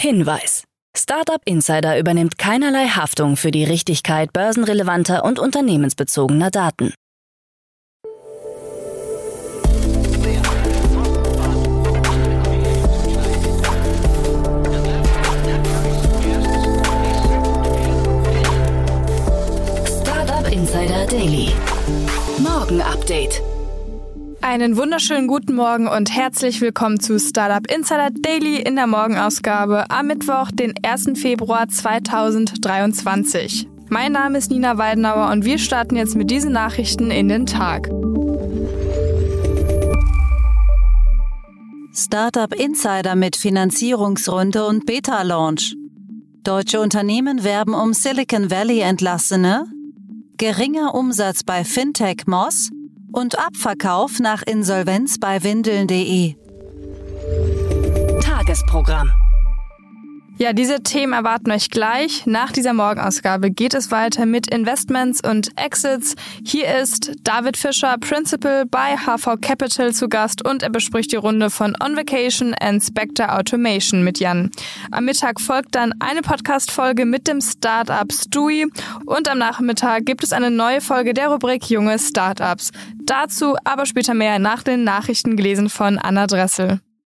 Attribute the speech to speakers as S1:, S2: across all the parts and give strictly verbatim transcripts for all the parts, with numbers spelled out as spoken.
S1: Hinweis: Startup Insider übernimmt keinerlei Haftung für die Richtigkeit börsenrelevanter und unternehmensbezogener Daten. Startup Insider Daily. Morgen Update.
S2: Einen wunderschönen guten Morgen und herzlich willkommen zu Startup Insider Daily in der Morgenausgabe am Mittwoch, den ersten Februar zweitausenddreiundzwanzig. Mein Name ist Nina Weidenauer und wir starten jetzt mit diesen Nachrichten in den Tag.
S3: Startup Insider mit Finanzierungsrunde und Beta-Launch. Deutsche Unternehmen werben um Silicon Valley Entlassene. Geringer Umsatz bei Fintech Moss. Und Abverkauf nach Insolvenz bei Windeln punkt de.
S1: Tagesprogramm.
S2: Ja, diese Themen erwarten euch gleich. Nach dieser Morgenausgabe geht es weiter mit Investments und Exits. Hier ist David Fischer, Principal bei H V Capital zu Gast und er bespricht die Runde von On Vacation and Spectre Automation mit Jan. Am Mittag folgt dann eine Podcast-Folge mit dem Startup Stui und am Nachmittag gibt es eine neue Folge der Rubrik Junge Startups. Dazu aber später mehr nach den Nachrichten gelesen von Anna Dressel.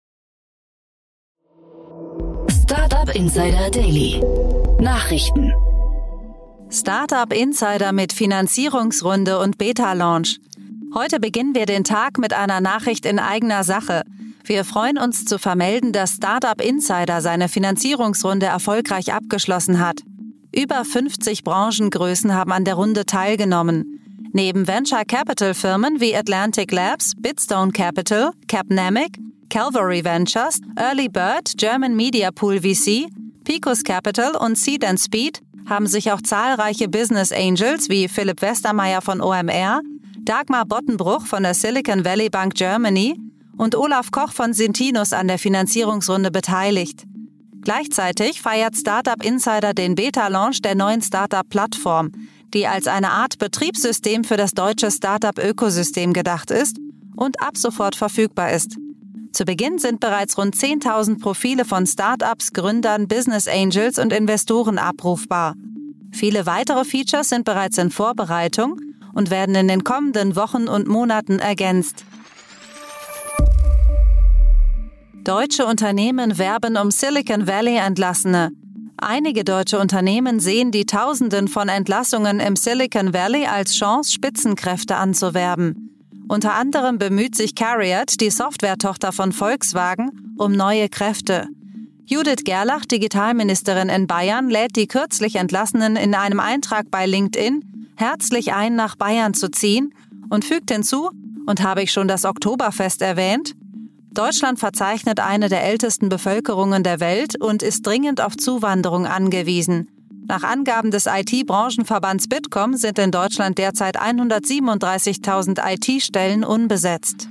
S1: Startup Insider Daily. Nachrichten.
S3: Startup Insider mit Finanzierungsrunde und Beta-Launch. Heute beginnen wir den Tag mit einer Nachricht in eigener Sache. Wir freuen uns zu vermelden, dass Startup Insider seine Finanzierungsrunde erfolgreich abgeschlossen hat. Über fünfzig Branchengrößen haben an der Runde teilgenommen. Neben Venture Capital Firmen wie Atlantic Labs, Bitstone Capital, Capnamic, Calvary Ventures, Early Bird, German Media Pool V C, Picus Capital und Seed and Speed haben sich auch zahlreiche Business Angels wie Philipp Westermeier von O M R, Dagmar Bottenbruch von der Silicon Valley Bank Germany und Olaf Koch von Sintinus an der Finanzierungsrunde beteiligt. Gleichzeitig feiert Startup Insider den Beta-Launch der neuen Startup-Plattform, die als eine Art Betriebssystem für das deutsche Startup-Ökosystem gedacht ist und ab sofort verfügbar ist. Zu Beginn sind bereits rund zehntausend Profile von Startups, Gründern, Business Angels und Investoren abrufbar. Viele weitere Features sind bereits in Vorbereitung und werden in den kommenden Wochen und Monaten ergänzt. Deutsche Unternehmen werben um Silicon Valley Entlassene. Einige deutsche Unternehmen sehen die Tausenden von Entlassungen im Silicon Valley als Chance, Spitzenkräfte anzuwerben. Unter anderem bemüht sich CARIAD, die Softwaretochter von Volkswagen, um neue Kräfte. Judith Gerlach, Digitalministerin in Bayern, lädt die kürzlich Entlassenen in einem Eintrag bei LinkedIn herzlich ein, nach Bayern zu ziehen und fügt hinzu, und habe ich schon das Oktoberfest erwähnt? Deutschland verzeichnet eine der ältesten Bevölkerungen der Welt und ist dringend auf Zuwanderung angewiesen. Nach Angaben des I T-Branchenverbands Bitkom sind in Deutschland derzeit hundertsiebenunddreißigtausend I T-Stellen unbesetzt.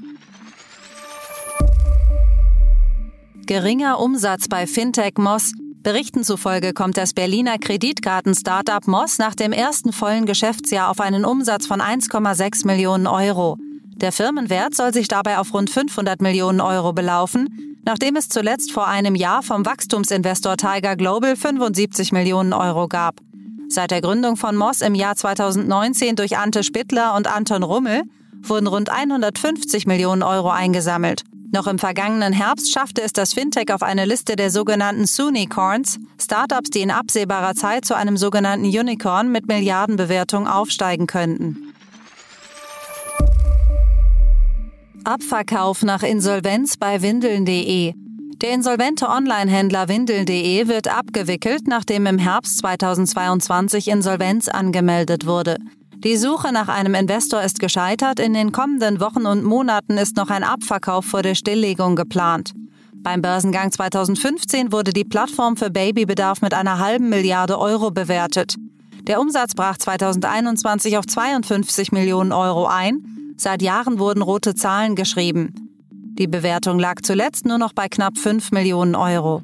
S3: Geringer Umsatz bei Fintech Moss. Berichten zufolge kommt das Berliner Kreditkarten-Startup Moss nach dem ersten vollen Geschäftsjahr auf einen Umsatz von eins Komma sechs Millionen Euro. Der Firmenwert soll sich dabei auf rund fünfhundert Millionen Euro belaufen, nachdem es zuletzt vor einem Jahr vom Wachstumsinvestor Tiger Global fünfundsiebzig Millionen Euro gab. Seit der Gründung von Moss im Jahr zweitausendneunzehn durch Ante Spittler und Anton Rummel wurden rund hundertfünfzig Millionen Euro eingesammelt. Noch im vergangenen Herbst schaffte es das Fintech auf eine Liste der sogenannten Sunicorns, Startups, die in absehbarer Zeit zu einem sogenannten Unicorn mit Milliardenbewertung aufsteigen könnten. Abverkauf nach Insolvenz bei Windeln punkt de. Der insolvente Onlinehändler Windeln punkt de wird abgewickelt, nachdem im Herbst zweitausendzweiundzwanzig Insolvenz angemeldet wurde. Die Suche nach einem Investor ist gescheitert, in den kommenden Wochen und Monaten ist noch ein Abverkauf vor der Stilllegung geplant. Beim Börsengang zweitausendfünfzehn wurde die Plattform für Babybedarf mit einer halben Milliarde Euro bewertet. Der Umsatz brach zweitausendeinundzwanzig auf zweiundfünfzig Millionen Euro ein. Seit Jahren wurden rote Zahlen geschrieben. Die Bewertung lag zuletzt nur noch bei knapp fünf Millionen Euro.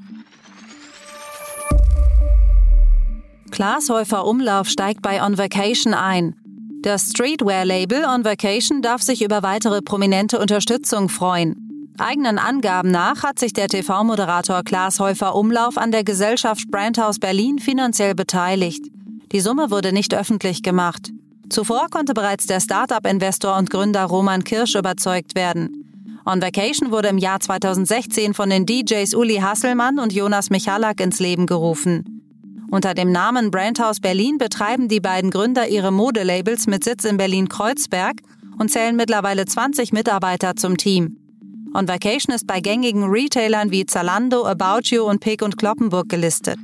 S3: Glashäufer Umlauf steigt bei On Vacation ein. Das Streetwear-Label On Vacation darf sich über weitere prominente Unterstützung freuen. Eigenen Angaben nach hat sich der T V-Moderator Klaas Häufer-Umlauf an der Gesellschaft Brandhaus Berlin finanziell beteiligt. Die Summe wurde nicht öffentlich gemacht. Zuvor konnte bereits der Start-up-Investor und Gründer Roman Kirsch überzeugt werden. On Vacation wurde im Jahr zweitausendsechzehn von den D Js Uli Hasselmann und Jonas Michalak ins Leben gerufen. Unter dem Namen Brandhaus Berlin betreiben die beiden Gründer ihre Modelabels mit Sitz in Berlin-Kreuzberg und zählen mittlerweile zwanzig Mitarbeiter zum Team. On Vacation ist bei gängigen Retailern wie Zalando, About You und Peek und Cloppenburg gelistet.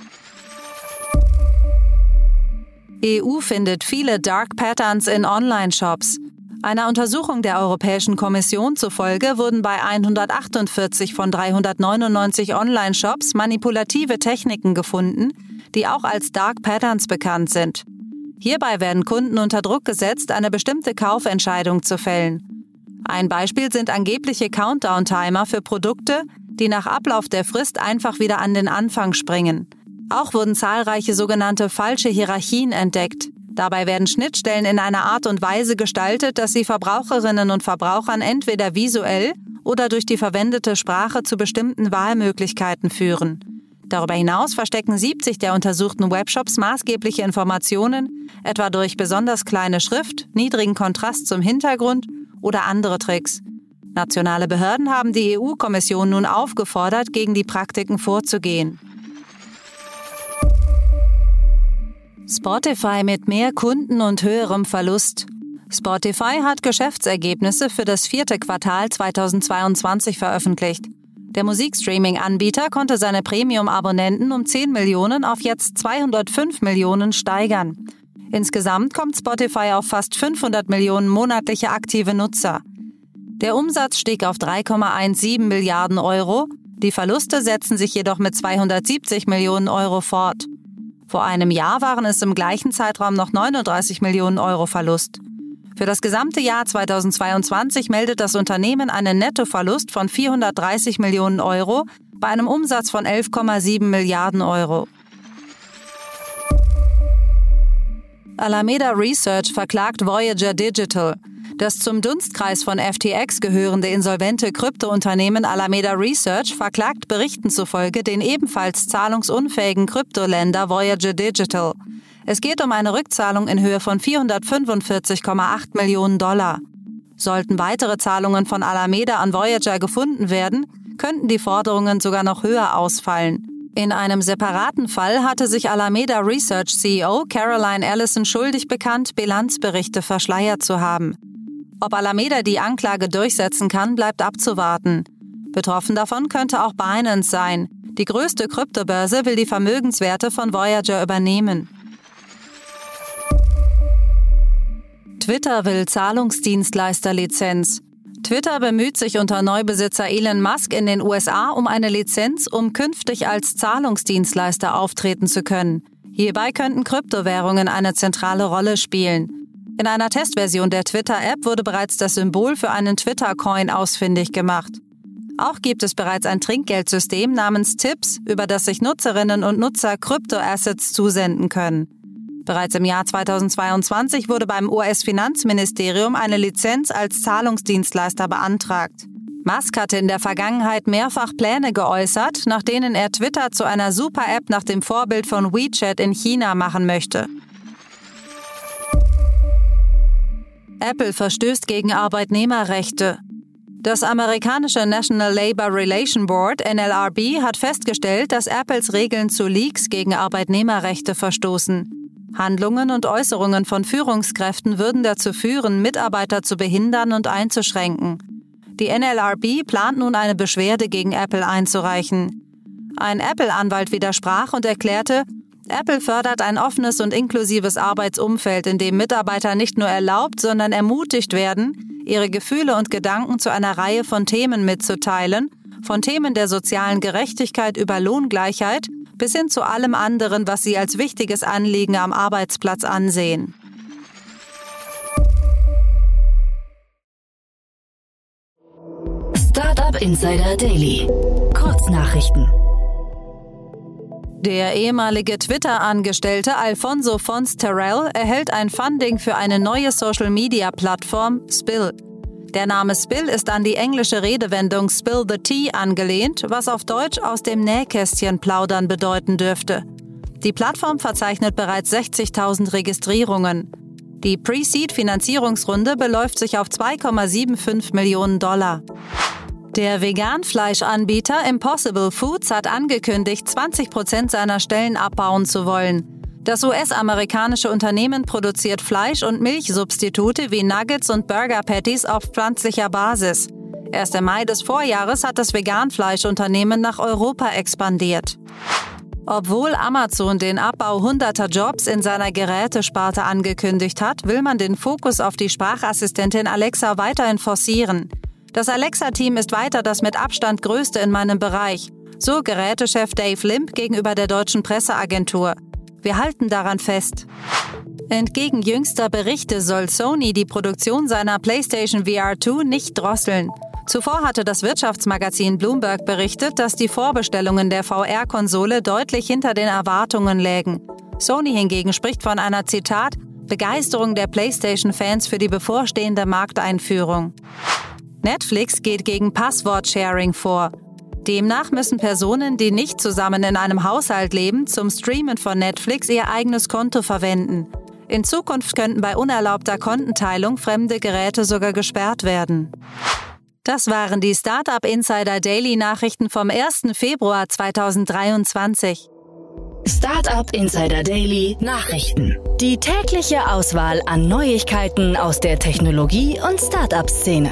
S3: E U findet viele Dark Patterns in Online-Shops. Einer Untersuchung der Europäischen Kommission zufolge wurden bei hundertachtundvierzig von dreihundertneunundneunzig Online-Shops manipulative Techniken gefunden, die auch als Dark Patterns bekannt sind. Hierbei werden Kunden unter Druck gesetzt, eine bestimmte Kaufentscheidung zu fällen. Ein Beispiel sind angebliche Countdown-Timer für Produkte, die nach Ablauf der Frist einfach wieder an den Anfang springen. Auch wurden zahlreiche sogenannte falsche Hierarchien entdeckt. Dabei werden Schnittstellen in einer Art und Weise gestaltet, dass sie Verbraucherinnen und Verbrauchern entweder visuell oder durch die verwendete Sprache zu bestimmten Wahlmöglichkeiten führen. Darüber hinaus verstecken siebzig der untersuchten Webshops maßgebliche Informationen, etwa durch besonders kleine Schrift, niedrigen Kontrast zum Hintergrund oder andere Tricks. Nationale Behörden haben die E U-Kommission nun aufgefordert, gegen die Praktiken vorzugehen. Spotify mit mehr Kunden und höherem Verlust. Spotify hat Geschäftsergebnisse für das vierte Quartal zweitausendzweiundzwanzig veröffentlicht. Der Musikstreaming-Anbieter konnte seine Premium-Abonnenten um zehn Millionen auf jetzt zweihundertfünf Millionen steigern. Insgesamt kommt Spotify auf fast fünfhundert Millionen monatliche aktive Nutzer. Der Umsatz stieg auf drei Komma siebzehn Milliarden Euro, die Verluste setzen sich jedoch mit zweihundertsiebzig Millionen Euro fort. Vor einem Jahr waren es im gleichen Zeitraum noch neununddreißig Millionen Euro Verlust. Für das gesamte Jahr zweitausendzweiundzwanzig meldet das Unternehmen einen Nettoverlust von vierhundertdreißig Millionen Euro bei einem Umsatz von elf Komma sieben Milliarden Euro. Alameda Research verklagt Voyager Digital. Das zum Dunstkreis von F T X gehörende insolvente Kryptounternehmen Alameda Research verklagt Berichten zufolge den ebenfalls zahlungsunfähigen Kryptoländer Voyager Digital. Es geht um eine Rückzahlung in Höhe von vierhundertfünfundvierzig Komma acht Millionen Dollar. Sollten weitere Zahlungen von Alameda an Voyager gefunden werden, könnten die Forderungen sogar noch höher ausfallen. In einem separaten Fall hatte sich Alameda Research C E O Caroline Ellison schuldig bekannt, Bilanzberichte verschleiert zu haben. Ob Alameda die Anklage durchsetzen kann, bleibt abzuwarten. Betroffen davon könnte auch Binance sein. Die größte Kryptobörse will die Vermögenswerte von Voyager übernehmen. Twitter will Zahlungsdienstleisterlizenz. Twitter bemüht sich unter Neubesitzer Elon Musk in den U S A um eine Lizenz, um künftig als Zahlungsdienstleister auftreten zu können. Hierbei könnten Kryptowährungen eine zentrale Rolle spielen. In einer Testversion der Twitter-App wurde bereits das Symbol für einen Twitter-Coin ausfindig gemacht. Auch gibt es bereits ein Trinkgeldsystem namens Tips, über das sich Nutzerinnen und Nutzer Kryptoassets zusenden können. Bereits im Jahr zweitausendzweiundzwanzig wurde beim U S-Finanzministerium eine Lizenz als Zahlungsdienstleister beantragt. Musk hatte in der Vergangenheit mehrfach Pläne geäußert, nach denen er Twitter zu einer Super-App nach dem Vorbild von WeChat in China machen möchte. Apple verstößt gegen Arbeitnehmerrechte. Das amerikanische National Labor Relations Board N L R B hat festgestellt, dass Apples Regeln zu Leaks gegen Arbeitnehmerrechte verstoßen. Handlungen und Äußerungen von Führungskräften würden dazu führen, Mitarbeiter zu behindern und einzuschränken. Die N L R B plant nun eine Beschwerde gegen Apple einzureichen. Ein Apple-Anwalt widersprach und erklärte, Apple fördert ein offenes und inklusives Arbeitsumfeld, in dem Mitarbeiter nicht nur erlaubt, sondern ermutigt werden, ihre Gefühle und Gedanken zu einer Reihe von Themen mitzuteilen, von Themen der sozialen Gerechtigkeit über Lohngleichheit bis hin zu allem anderen, was sie als wichtiges Anliegen am Arbeitsplatz ansehen.
S1: Startup Insider Daily. Kurznachrichten.
S3: Der ehemalige Twitter-Angestellte Alfonso Fons Terrell erhält ein Funding für eine neue Social-Media-Plattform, Spill. Der Name Spill ist an die englische Redewendung Spill the Tea angelehnt, was auf Deutsch aus dem Nähkästchen plaudern bedeuten dürfte. Die Plattform verzeichnet bereits sechzigtausend Registrierungen. Die Pre-Seed-Finanzierungsrunde beläuft sich auf zwei Komma fünfundsiebzig Millionen Dollar. Der Vegan-Fleischanbieter Impossible Foods hat angekündigt, zwanzig Prozent seiner Stellen abbauen zu wollen. Das U S-amerikanische Unternehmen produziert Fleisch- und Milchsubstitute wie Nuggets und Burger-Patties auf pflanzlicher Basis. Erst im Mai des Vorjahres hat das Vegan-Fleischunternehmen nach Europa expandiert. Obwohl Amazon den Abbau hunderter Jobs in seiner Gerätesparte angekündigt hat, will man den Fokus auf die Sprachassistentin Alexa weiterhin forcieren. Das Alexa-Team ist weiter das mit Abstand größte in meinem Bereich, so Gerätechef Dave Limp gegenüber der deutschen Presseagentur. Wir halten daran fest. Entgegen jüngster Berichte soll Sony die Produktion seiner PlayStation V R zwei nicht drosseln. Zuvor hatte das Wirtschaftsmagazin Bloomberg berichtet, dass die Vorbestellungen der V R-Konsole deutlich hinter den Erwartungen lägen. Sony hingegen spricht von einer, Zitat, Begeisterung der PlayStation-Fans für die bevorstehende Markteinführung. Netflix geht gegen Passwort-Sharing vor. Demnach müssen Personen, die nicht zusammen in einem Haushalt leben, zum Streamen von Netflix ihr eigenes Konto verwenden. In Zukunft könnten bei unerlaubter Kontenteilung fremde Geräte sogar gesperrt werden. Das waren die Startup Insider Daily Nachrichten vom ersten Februar zweitausenddreiundzwanzig.
S1: Startup Insider Daily Nachrichten. Die tägliche Auswahl an Neuigkeiten aus der Technologie- und Startup-Szene.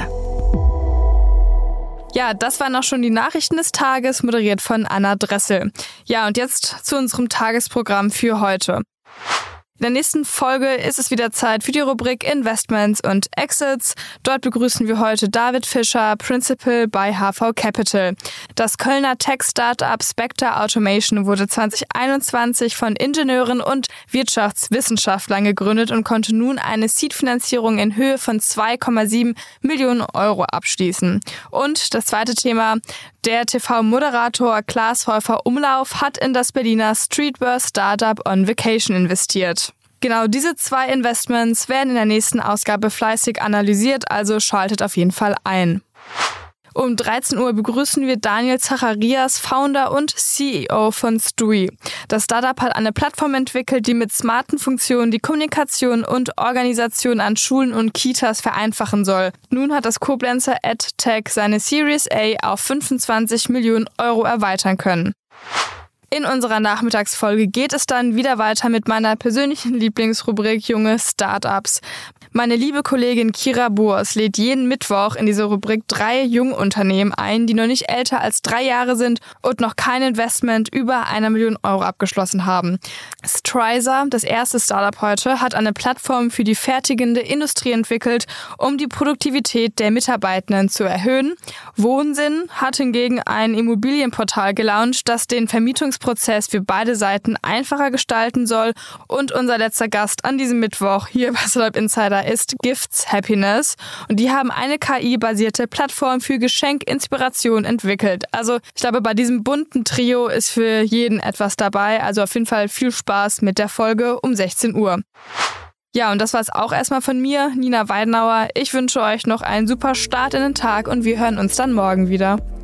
S2: Ja, das waren auch schon die Nachrichten des Tages, moderiert von Anna Dressel. Ja, und jetzt zu unserem Tagesprogramm für heute. In der nächsten Folge ist es wieder Zeit für die Rubrik Investments und Exits. Dort begrüßen wir heute David Fischer, Principal bei H V Capital. Das Kölner Tech-Startup Spectre Automation wurde zweitausendeinundzwanzig von Ingenieuren und Wirtschaftswissenschaftlern gegründet und konnte nun eine Seed-Finanzierung in Höhe von zwei Komma sieben Millionen Euro abschließen. Und das zweite Thema, der T V-Moderator Klaas Häufer Umlauf hat in das Berliner Streetwear-Startup On Vacation investiert. Genau diese zwei Investments werden in der nächsten Ausgabe fleißig analysiert, also schaltet auf jeden Fall ein. Um dreizehn Uhr begrüßen wir Daniel Zacharias, Founder und C E O von Stui. Das Startup hat eine Plattform entwickelt, die mit smarten Funktionen die Kommunikation und Organisation an Schulen und Kitas vereinfachen soll. Nun hat das Koblenzer EdTech seine Series A auf fünfundzwanzig Millionen Euro erweitern können. In unserer Nachmittagsfolge geht es dann wieder weiter mit meiner persönlichen Lieblingsrubrik Junge Startups. Meine liebe Kollegin Kira Boers lädt jeden Mittwoch in diese Rubrik drei Jungunternehmen ein, die noch nicht älter als drei Jahre sind und noch kein Investment über einer Million Euro abgeschlossen haben. Strizer, das erste Startup heute, hat eine Plattform für die fertigende Industrie entwickelt, um die Produktivität der Mitarbeitenden zu erhöhen. Wohnsinn hat hingegen ein Immobilienportal gelauncht, das den Vermietungsprozess für beide Seiten einfacher gestalten soll. Und unser letzter Gast an diesem Mittwoch hier bei Startup Insider ist Gifts Happiness. Und die haben eine K I-basierte Plattform für Geschenkinspiration entwickelt. Also ich glaube, bei diesem bunten Trio ist für jeden etwas dabei. Also auf jeden Fall viel Spaß mit der Folge um sechzehn Uhr. Ja, und das war es auch erstmal von mir, Nina Weidenauer. Ich wünsche euch noch einen super Start in den Tag und wir hören uns dann morgen wieder.